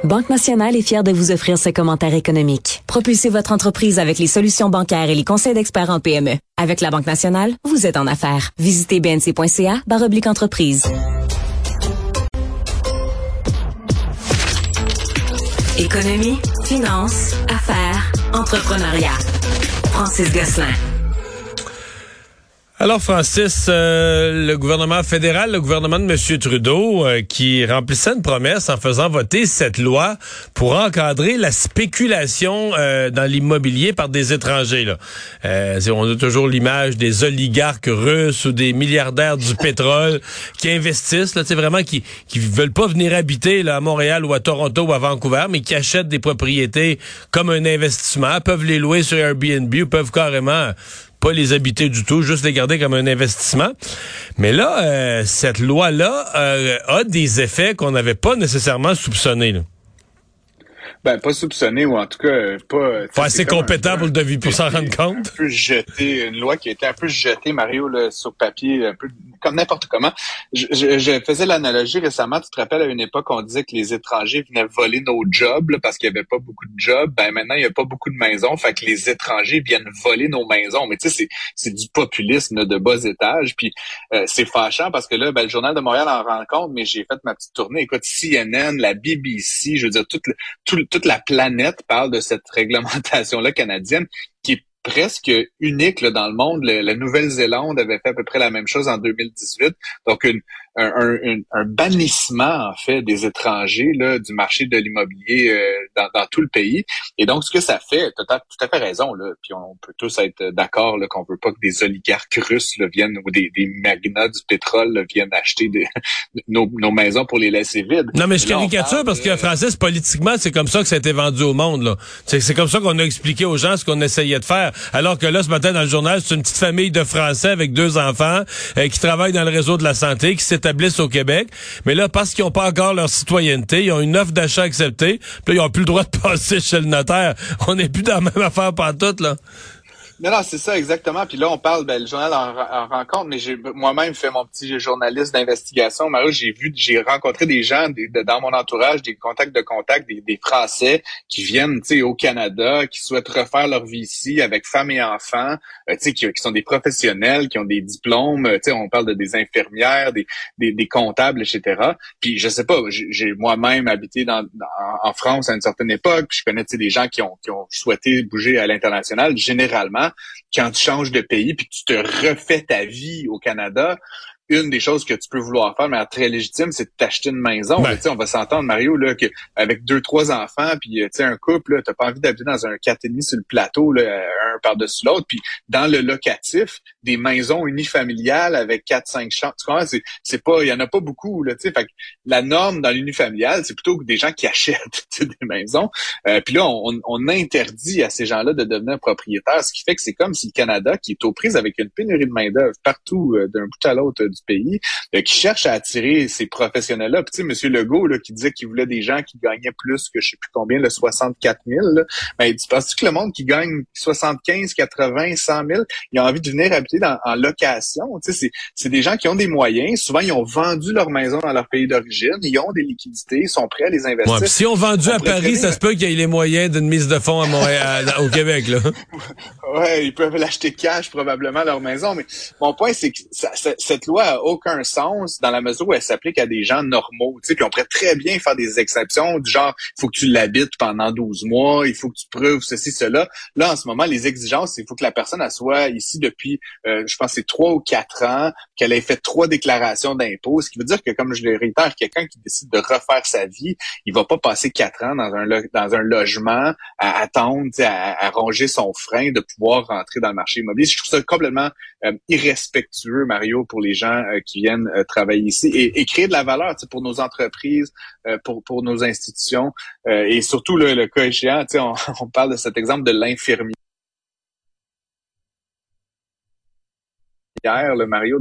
Banque Nationale est fière de vous offrir ce commentaire économique. Propulsez votre entreprise avec les solutions bancaires et les conseils d'experts en PME. Avec la Banque Nationale, vous êtes en affaires. Visitez bnc.ca/entreprise. Économie, finances, affaires, entrepreneuriat. Francis Gosselin. Alors Francis, le gouvernement fédéral, le gouvernement de M. Trudeau, qui remplissait une promesse en faisant voter cette loi pour encadrer la spéculation dans l'immobilier par des étrangers. Là. On a toujours l'image des oligarques russes ou des milliardaires du pétrole qui investissent, là, vraiment qui veulent pas venir habiter là, à Montréal ou à Toronto ou à Vancouver, mais qui achètent des propriétés comme un investissement, peuvent les louer sur Airbnb ou peuvent carrément pas les habiter du tout, juste les garder comme un investissement. Mais là, cette loi-là a des effets qu'on n'avait pas nécessairement soupçonnés. Là. Ben, pas soupçonné, ou en tout cas, pas... Pas assez compétent pour s'en rendre compte. Un peu jeté, une loi qui a été un peu jetée, Mario, là, sur papier, un peu comme n'importe comment. Je faisais l'analogie récemment, tu te rappelles, à une époque, on disait que les étrangers venaient voler nos jobs, là, parce qu'il y avait pas beaucoup de jobs. Ben, maintenant, il y a pas beaucoup de maisons, fait que les étrangers viennent voler nos maisons. Mais tu sais, c'est du populisme là, de bas étage, puis c'est fâchant parce que là, ben, le Journal de Montréal en rend compte, mais j'ai fait ma petite tournée. Écoute, CNN, la BBC, je veux dire, toute la planète parle de cette réglementation-là canadienne qui est presque unique là, dans le monde. La Nouvelle-Zélande avait fait à peu près la même chose en 2018. Donc, un bannissement, en fait, des étrangers là, du marché de l'immobilier dans tout le pays. Et donc, ce que ça fait, tu as tout à fait raison, là, puis on peut tous être d'accord là, qu'on veut pas que des oligarques russes là, viennent ou des magnats du pétrole là, viennent acheter nos maisons pour les laisser vides. Non, mais je caricature parce que, Francis, politiquement, c'est comme ça que ça a été vendu au monde. Là. C'est comme ça qu'on a expliqué aux gens ce qu'on essayait de faire. Alors que là, ce matin, dans le journal, c'est une petite famille de Français avec 2 enfants qui travaillent dans le réseau de la santé, qui s'établissent au Québec. Mais là, parce qu'ils n'ont pas encore leur citoyenneté, ils ont une offre d'achat acceptée, puis là, ils n'ont plus le droit de passer chez le notaire. On n'est plus dans la même affaire pantoute, là. Non, c'est ça, exactement. Puis là, on parle, le journal en rencontre, mais j'ai moi-même fait mon petit journaliste d'investigation. Mario, j'ai rencontré des gens dans mon entourage, des contacts, des Français qui viennent, tu sais, au Canada, qui souhaitent refaire leur vie ici avec femmes et enfants, tu sais, qui sont des professionnels, qui ont des diplômes, tu sais, on parle des infirmières, des comptables, etc. Puis je sais pas, j'ai moi-même habité en France à une certaine époque, puis je connais, tu sais, des gens qui ont souhaité bouger à l'international. Généralement, quand tu changes de pays puis que tu te refais ta vie au Canada, une des choses que tu peux vouloir faire, mais très légitime, c'est de t'acheter une maison. Ben. Tu sais, on va s'entendre, Mario, là, que avec 2-3 enfants, puis tu sais, un couple, là, t'as pas envie d'habiter dans un 4,5 sur le plateau, là, un par-dessus l'autre. Puis dans le locatif, des maisons unifamiliales avec 4-5 chambres. Tu comprends? C'est pas, il y en a pas beaucoup, là, tu sais. Fait que la norme dans l'unifamilial, c'est plutôt des gens qui achètent des maisons. Puis là, on interdit à ces gens-là de devenir propriétaires, ce qui fait que c'est comme si le Canada, qui est aux prises avec une pénurie de main-d'œuvre partout d'un bout à l'autre du pays, qui cherche à attirer ces professionnels-là. Puis tu sais, M. Legault, là, qui disait qu'il voulait des gens qui gagnaient plus que je sais plus combien, le 64 000, là, ben, tu penses-tu que le monde qui gagne 75, 80, 100 000, il a envie de venir habiter en location? Tu sais, c'est des gens qui ont des moyens. Souvent, ils ont vendu leur maison dans leur pays d'origine. Ils ont des liquidités. Ils sont prêts à les investir. Ouais, puis si on vendu à Paris, ça se peut qu'il y ait les moyens d'une mise de fonds à Montréal, au Québec, là. Ouais, ils peuvent l'acheter cash, probablement, leur maison. Mais mon point, c'est que cette loi a aucun sens dans la mesure où elle s'applique à des gens normaux. Tu sais, puis on pourrait très bien faire des exceptions du genre, il faut que tu l'habites pendant 12 mois, il faut que tu prouves ceci, cela. Là, en ce moment, les exigences, il faut que la personne elle soit ici depuis, je pense, c'est 3 ou 4 ans, qu'elle ait fait 3 déclarations d'impôts. Ce qui veut dire que, comme je le réitère, quelqu'un qui décide de refaire sa vie, il va pas passer 4 ans dans un logement à attendre, tu sais, à ronger son frein de pouvoir rentrer dans le marché immobilier. Je trouve ça complètement irrespectueux, Mario, pour les gens qui viennent travailler ici et créer de la valeur, tu sais, pour nos entreprises, pour nos institutions et surtout le cas échéant, tu sais, on parle de cet exemple de l'infirmière, le Mario.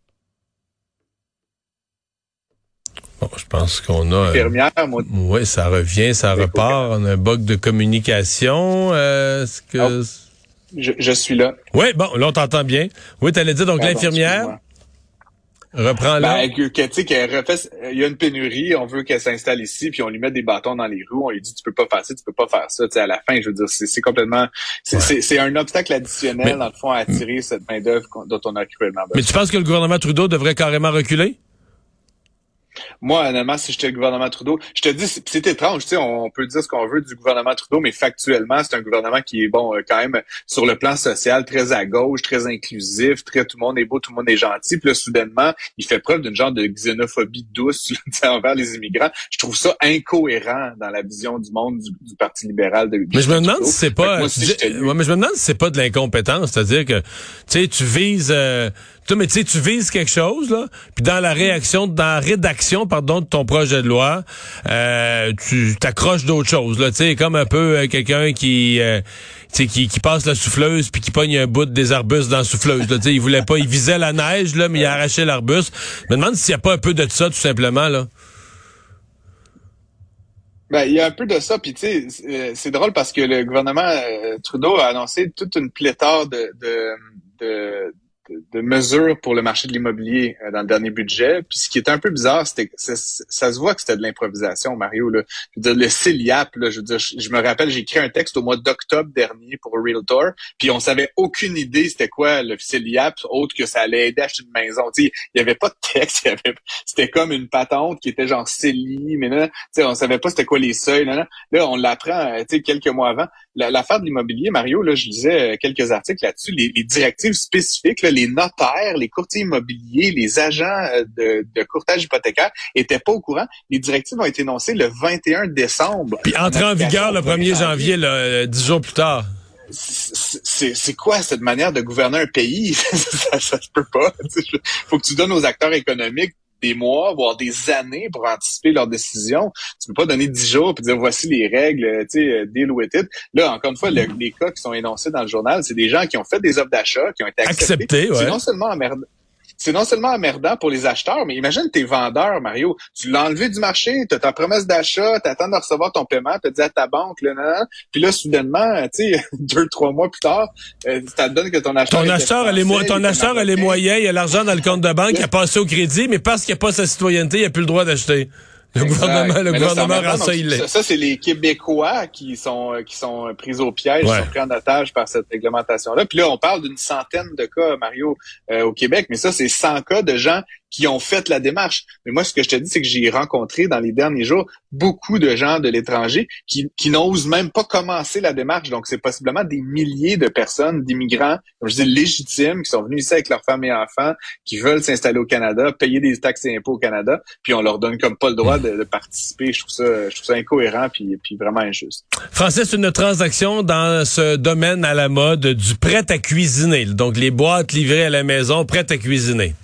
Bon, je pense qu'on a... oui, ça revient, ça repart. On a un bug de communication. Est-ce que... Oh, je suis là. Oui, bon, là, on t'entend bien. Oui, t'allais dire donc l'infirmière... Reprends-la. Tu sais, il y a une pénurie, on veut qu'elle s'installe ici, puis on lui met des bâtons dans les roues, on lui dit tu peux pas faire ça, tu peux pas faire ça. Tu sais, à la fin, je veux dire, c'est complètement, c'est un obstacle additionnel dans le fond à attirer cette main d'œuvre dont on a cruellement besoin. Mais tu penses que le gouvernement Trudeau devrait carrément reculer? Moi, honnêtement, si j'étais le gouvernement Trudeau, je te dis, c'est étrange, tu sais, on peut dire ce qu'on veut du gouvernement Trudeau, mais factuellement, c'est un gouvernement qui est, quand même, sur le plan social, très à gauche, très inclusif, très tout le monde est beau, tout le monde est gentil. Puis là, soudainement, il fait preuve d'une genre de xénophobie douce envers les immigrants. Je trouve ça incohérent dans la vision du monde du Parti libéral. Mais je me demande si c'est pas, mais je me demande si c'est pas de l'incompétence, c'est-à-dire que, tu sais, tu vises quelque chose, là, puis dans la rédaction, de ton projet de loi, tu t'accroches d'autres choses, là, tu sais, comme un peu quelqu'un qui passe la souffleuse puis qui pogne un bout des arbustes dans la souffleuse, là, tu sais, il visait la neige, là, mais il a arraché l'arbuste. Je me demande s'il y a pas un peu de ça, tout simplement, là. Ben, il y a un peu de ça, puis tu sais, c'est drôle parce que le gouvernement Trudeau a annoncé toute une pléthore de mesures pour le marché de l'immobilier dans le dernier budget. Puis ce qui était un peu bizarre, ça se voit que c'était de l'improvisation, Mario. Là. Je veux dire, le CELIAP, là, je veux dire, je me rappelle, j'ai écrit un texte au mois d'octobre dernier pour Realtor, puis on savait aucune idée c'était quoi le CELIAP, autre que ça allait aider à acheter une maison. Tu sais, il y avait pas de texte, c'était comme une patente qui était genre CELI, mais là, tu sais, on savait pas c'était quoi les seuils. Là, on l'apprend, tu sais, quelques mois avant. L'affaire de l'immobilier, Mario, là, je lisais quelques articles là-dessus, les directives spécifiques, là, les notaires, les courtiers immobiliers, les agents de courtage hypothécaire étaient pas au courant. Les directives ont été énoncées le 21 décembre. Puis entrées en vigueur le 1er janvier, là, 10 jours plus tard. C'est quoi cette manière de gouverner un pays? ça se peut pas. Faut que tu donnes aux acteurs économiques des mois, voire des années pour anticiper leurs décisions. Tu peux pas donner 10 jours et dire voici les règles, tu sais, deal with it. Là, encore une fois, les cas qui sont énoncés dans le journal, c'est des gens qui ont fait des offres d'achat, qui ont été acceptés. Ouais. C'est non seulement emmerdant pour les acheteurs, mais imagine tes vendeurs, Mario. Tu l'as enlevé du marché, tu as ta promesse d'achat, tu attends de recevoir ton paiement, tu as dit à ta banque, là, puis là, soudainement, tu sais, 2-3 mois plus tard, ça te donne que ton acheteur... Ton acheteur a les moyens, il a l'argent dans le compte de banque, il a passé au crédit, mais parce qu'il n'y a pas sa citoyenneté, il n'a plus le droit d'acheter. Le gouvernement rend ça illégal. Ça, c'est les Québécois qui sont pris au piège, qui sont pris en otage par cette réglementation-là. Puis là, on parle d'une centaine de cas, Mario, au Québec, mais ça, c'est 100 cas de gens qui ont fait la démarche. Mais moi, ce que je te dis, c'est que j'ai rencontré dans les derniers jours beaucoup de gens de l'étranger qui n'osent même pas commencer la démarche. Donc, c'est possiblement des milliers de personnes, d'immigrants, comme je dis, légitimes, qui sont venus ici avec leurs femmes et enfants, qui veulent s'installer au Canada, payer des taxes et impôts au Canada, puis on leur donne comme pas le droit de participer. Je trouve ça incohérent puis vraiment injuste. Francis, une transaction dans ce domaine à la mode du prêt à cuisiner. Donc, les boîtes livrées à la maison, prêtes à cuisiner.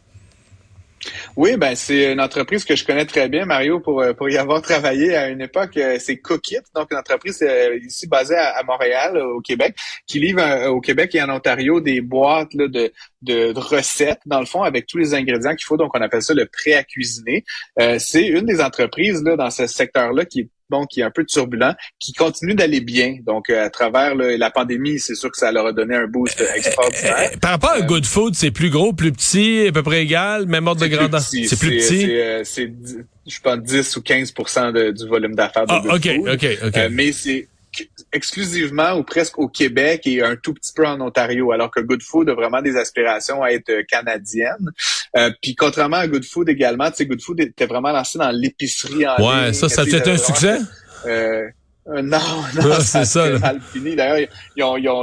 Oui, ben c'est une entreprise que je connais très bien, Mario, pour y avoir travaillé à une époque. C'est Cookit, donc une entreprise ici basée à Montréal, au Québec, qui livre au Québec et en Ontario des boîtes là, de recettes, dans le fond, avec tous les ingrédients qu'il faut. Donc, on appelle ça le prêt à cuisiner. C'est une des entreprises là dans ce secteur-là qui est un peu turbulent, qui continue d'aller bien. Donc, à travers la pandémie, c'est sûr que ça leur a donné un boost extraordinaire. Par rapport à Good Food, c'est plus gros, plus petit, à peu près égal, même ordre de grandeur? C'est plus petit? C'est je pense, 10 ou 15% du volume d'affaires de Good Food. OK. Mais c'est exclusivement ou presque au Québec et un tout petit peu en Ontario, alors que Good Food a vraiment des aspirations à être canadienne. Puis contrairement à Good Food également, tu sais, Good Food était vraiment lancé dans l'épicerie en ligne. Ouais, ça a été un succès? Non, c'est ça. Mal fini. D'ailleurs, ils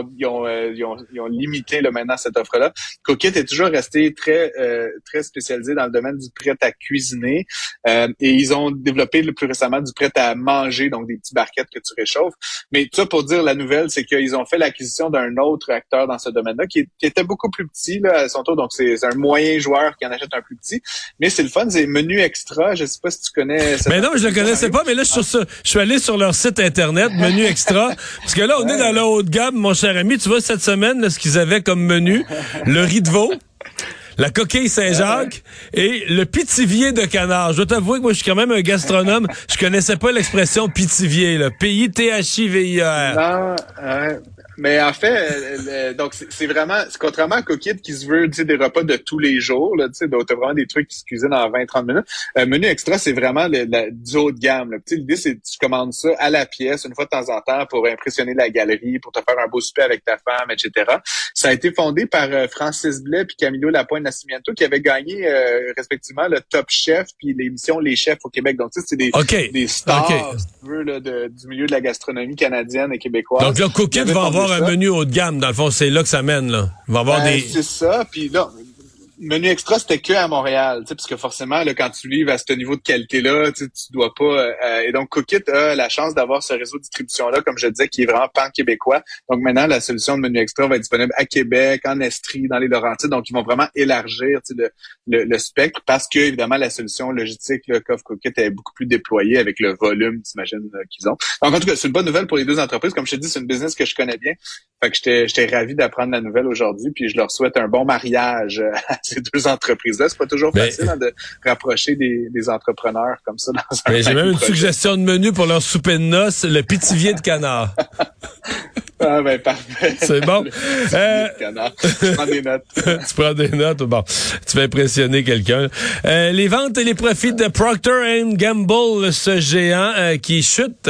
ont limité là, maintenant cette offre-là. Cookit est toujours resté très spécialisé dans le domaine du prêt à cuisiner. Et ils ont développé le plus récemment du prêt à manger, donc des petits barquettes que tu réchauffes. Mais tout ça pour dire la nouvelle, c'est qu'ils ont fait l'acquisition d'un autre acteur dans ce domaine-là qui était beaucoup plus petit là, à son tour. Donc c'est un moyen joueur qui en achète un plus petit. Mais c'est le fun, c'est Menu Extra. Je sais pas si tu connais. Mais non, je le connaissais pas. Mais là, je suis allé sur leur site Internet, Menu Extra. Parce que là, on est dans la haut de gamme, mon cher ami. Tu vois, cette semaine, là, ce qu'ils avaient comme menu, le riz de veau, la coquille Saint-Jacques et le pitivier de canard. Je dois t'avouer que moi, je suis quand même un gastronome. Je connaissais pas l'expression pitivier, là. P-I-T-H-I-V-I-E-R. Non, Mais en fait, donc c'est vraiment, c'est contrairement à Cookit qui se veut, tu sais, des repas de tous les jours, là, tu sais, donc t'as vraiment des trucs qui se cuisinent en 20-30 minutes. Menu extra, c'est vraiment du haut de gamme, là. Tu sais, l'idée, c'est que tu commandes ça à la pièce, une fois de temps en temps, pour impressionner la galerie, pour te faire un beau souper avec ta femme, etc. Ça a été fondé par Francis Blais puis Camilo Lapointe Nascimento, qui avaient gagné, respectivement, le Top Chef puis l'émission Les Chefs au Québec. Donc, tu sais, c'est des stars, si tu veux, là, du milieu de la gastronomie canadienne et québécoise. Donc là, Cookit va avoir un menu haut de gamme. Dans le fond, c'est là que ça mène, là. Il va avoir des... C'est ça. Puis là, menu extra, c'était que à Montréal, tu sais, parce que forcément, là, quand tu livres à ce niveau de qualité-là, tu dois pas... et donc, Cookit a la chance d'avoir ce réseau de distribution-là, comme je disais, qui est vraiment pan-québécois. Donc, maintenant, la solution de menu extra va être disponible à Québec, en Estrie, dans les Laurentides. Donc, ils vont vraiment élargir, tu sais, le spectre, parce que, évidemment, la solution logistique, là, qu'offre Cookit est beaucoup plus déployée avec le volume, t'imagines, qu'ils ont. Donc, en tout cas, c'est une bonne nouvelle pour les deux entreprises. Comme je te dis, c'est une business que je connais bien. Fait que j'étais ravi d'apprendre la nouvelle aujourd'hui, puis je leur souhaite un bon mariage à ces deux entreprises-là. C'est pas toujours facile de rapprocher des entrepreneurs comme ça dans un j'ai même une suggestion de menu pour leur souper de noces, le pitivier de canard. Ah ben parfait. C'est bon. De canard. Je prends des notes. Tu prends des notes, bon. Tu vas impressionner quelqu'un. Les ventes et les profits de Procter & Gamble, ce géant qui chute.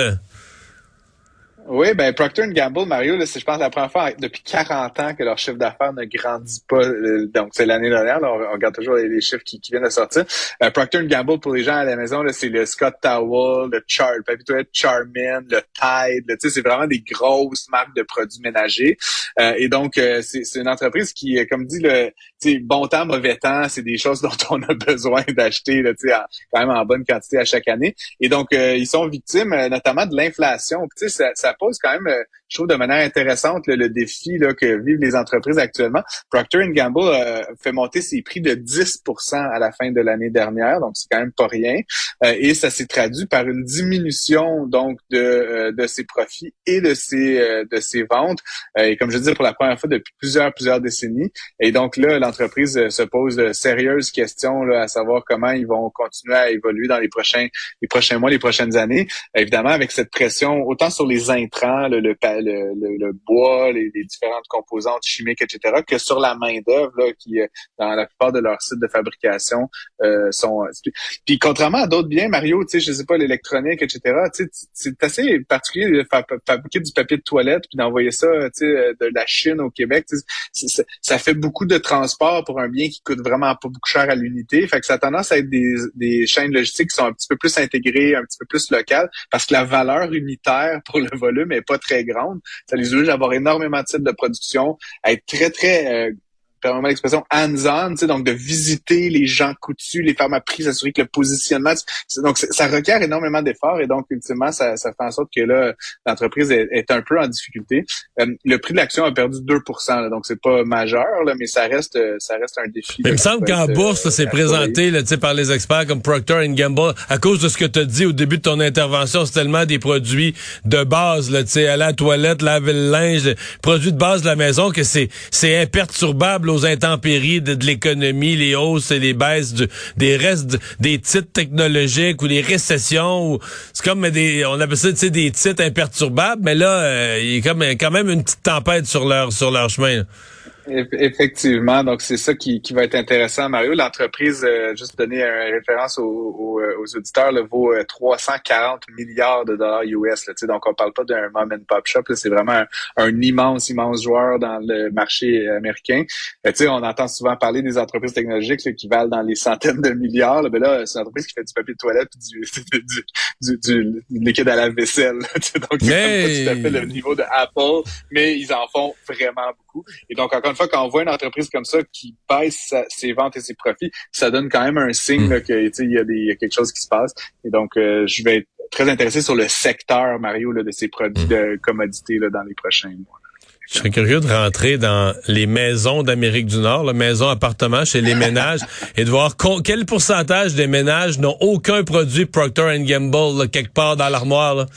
Oui, ben Procter & Gamble, Mario, là, c'est je pense la première fois depuis 40 ans que leur chiffre d'affaires ne grandit pas. Donc c'est l'année dernière, là, on regarde toujours les chiffres qui viennent de sortir. Procter & Gamble, pour les gens à la maison, là, c'est le Scott Towel, le papier toilette Charmin, le Tide, tu sais, c'est vraiment des grosses marques de produits ménagers. Et donc c'est une entreprise qui, comme dit le, tu sais, bon temps, mauvais temps, c'est des choses dont on a besoin d'acheter, là, tu sais, quand même en bonne quantité à chaque année. Et donc ils sont victimes notamment de l'inflation. Tu sais, ça pose quand même, je trouve, de manière intéressante le défi là, que vivent les entreprises actuellement. Procter & Gamble fait monter ses prix de 10% à la fin de l'année dernière, donc c'est quand même pas rien. Et ça s'est traduit par une diminution donc de ses profits et de ses ventes. Et comme je disais, pour la première fois depuis plusieurs décennies. Et donc là, l'entreprise se pose de sérieuses questions là, à savoir comment ils vont continuer à évoluer dans les prochains mois, les prochaines années. Évidemment, avec cette pression autant sur les intrants, le bois, les différentes composantes chimiques, etc., que sur la main-d'œuvre là, qui, dans la plupart de leurs sites de fabrication, sont. Puis contrairement à d'autres biens, Mario, tu sais, je sais pas, l'électronique, etc., tu sais, c'est assez particulier de fabriquer du papier de toilette puis d'envoyer ça, tu sais, de la Chine au Québec. Ça fait beaucoup de transport pour un bien qui coûte vraiment pas beaucoup cher à l'unité. Fait que ça a tendance à être des chaînes logistiques qui sont un petit peu plus intégrées, un petit peu plus locales, parce que la valeur unitaire pour le volume est pas très grande. Ça les oblige à avoir énormément de sites de production, à être très permets-moi l'expression hands-on, tu sais, donc de visiter les gens coutus, les faire à prix, s'assurer que le positionnement, donc ça requiert énormément d'efforts et donc ultimement ça fait en sorte que là l'entreprise est un peu en difficulté. Le prix de l'action a perdu 2%, là, donc c'est pas majeur là, mais ça reste un défi. Mais il me semble qu'en bourse, c'est présenté là, tu sais, par les experts comme Procter & Gamble à cause de ce que tu as dit au début de ton intervention, c'est tellement des produits de base là, tu sais, aller à la toilette, laver le linge, produits de base de la maison que c'est imperturbable aux intempéries de l'économie, les hausses et les baisses des restes des titres technologiques ou les récessions. C'est comme on appelle ça, tu sais, des titres imperturbables, mais là, il y a quand même une petite tempête sur leur chemin. Là. Effectivement, donc c'est ça qui va être intéressant, Mario. L'entreprise, juste donner une référence aux auditeurs, là, vaut 340 milliards de dollars US. Là, donc on parle pas d'un mom and pop shop, là, c'est vraiment un immense joueur dans le marché américain. On entend souvent parler des entreprises technologiques là, qui valent dans les centaines de milliards. Là, mais là, c'est une entreprise qui fait du papier de toilette et du liquide à la vaisselle. Donc c'est pas tout à fait le niveau de Apple, mais ils en font vraiment beaucoup. Et donc encore une fois, quand on voit une entreprise comme ça qui baisse ses ventes et ses profits, ça donne quand même un signe là, que il y a quelque chose qui se passe. Et donc, je vais être très intéressé sur le secteur, Mario, là, de ces produits de commodité là, dans les prochains mois. Je serais curieux de rentrer dans les maisons d'Amérique du Nord, là, maisons, appartements chez les ménages, et de voir quel pourcentage des ménages n'ont aucun produit Procter & Gamble là, quelque part dans l'armoire. Là.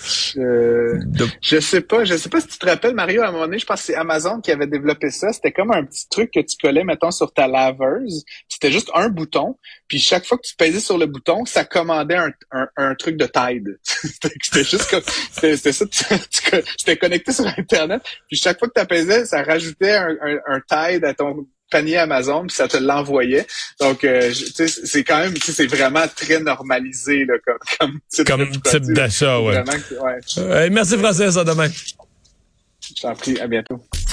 Je sais pas si tu te rappelles, Mario, à un moment donné, je pense que c'est Amazon qui avait développé ça. C'était comme un petit truc que tu collais, mettons, sur ta laveuse. C'était juste un bouton, puis chaque fois que tu pesais sur le bouton, ça commandait un truc de Tide. C'était juste comme, c'était ça, c'était connecté sur Internet, puis chaque fois que que tu pesais, ça rajoutait un Tide à ton panier Amazon, puis ça te l'envoyait. Donc, tu sais, c'est quand même, tu sais, c'est vraiment très normalisé là, comme type d'achat, ouais. Vraiment, ouais. Merci Francis, à demain. Je t'en prie, à bientôt.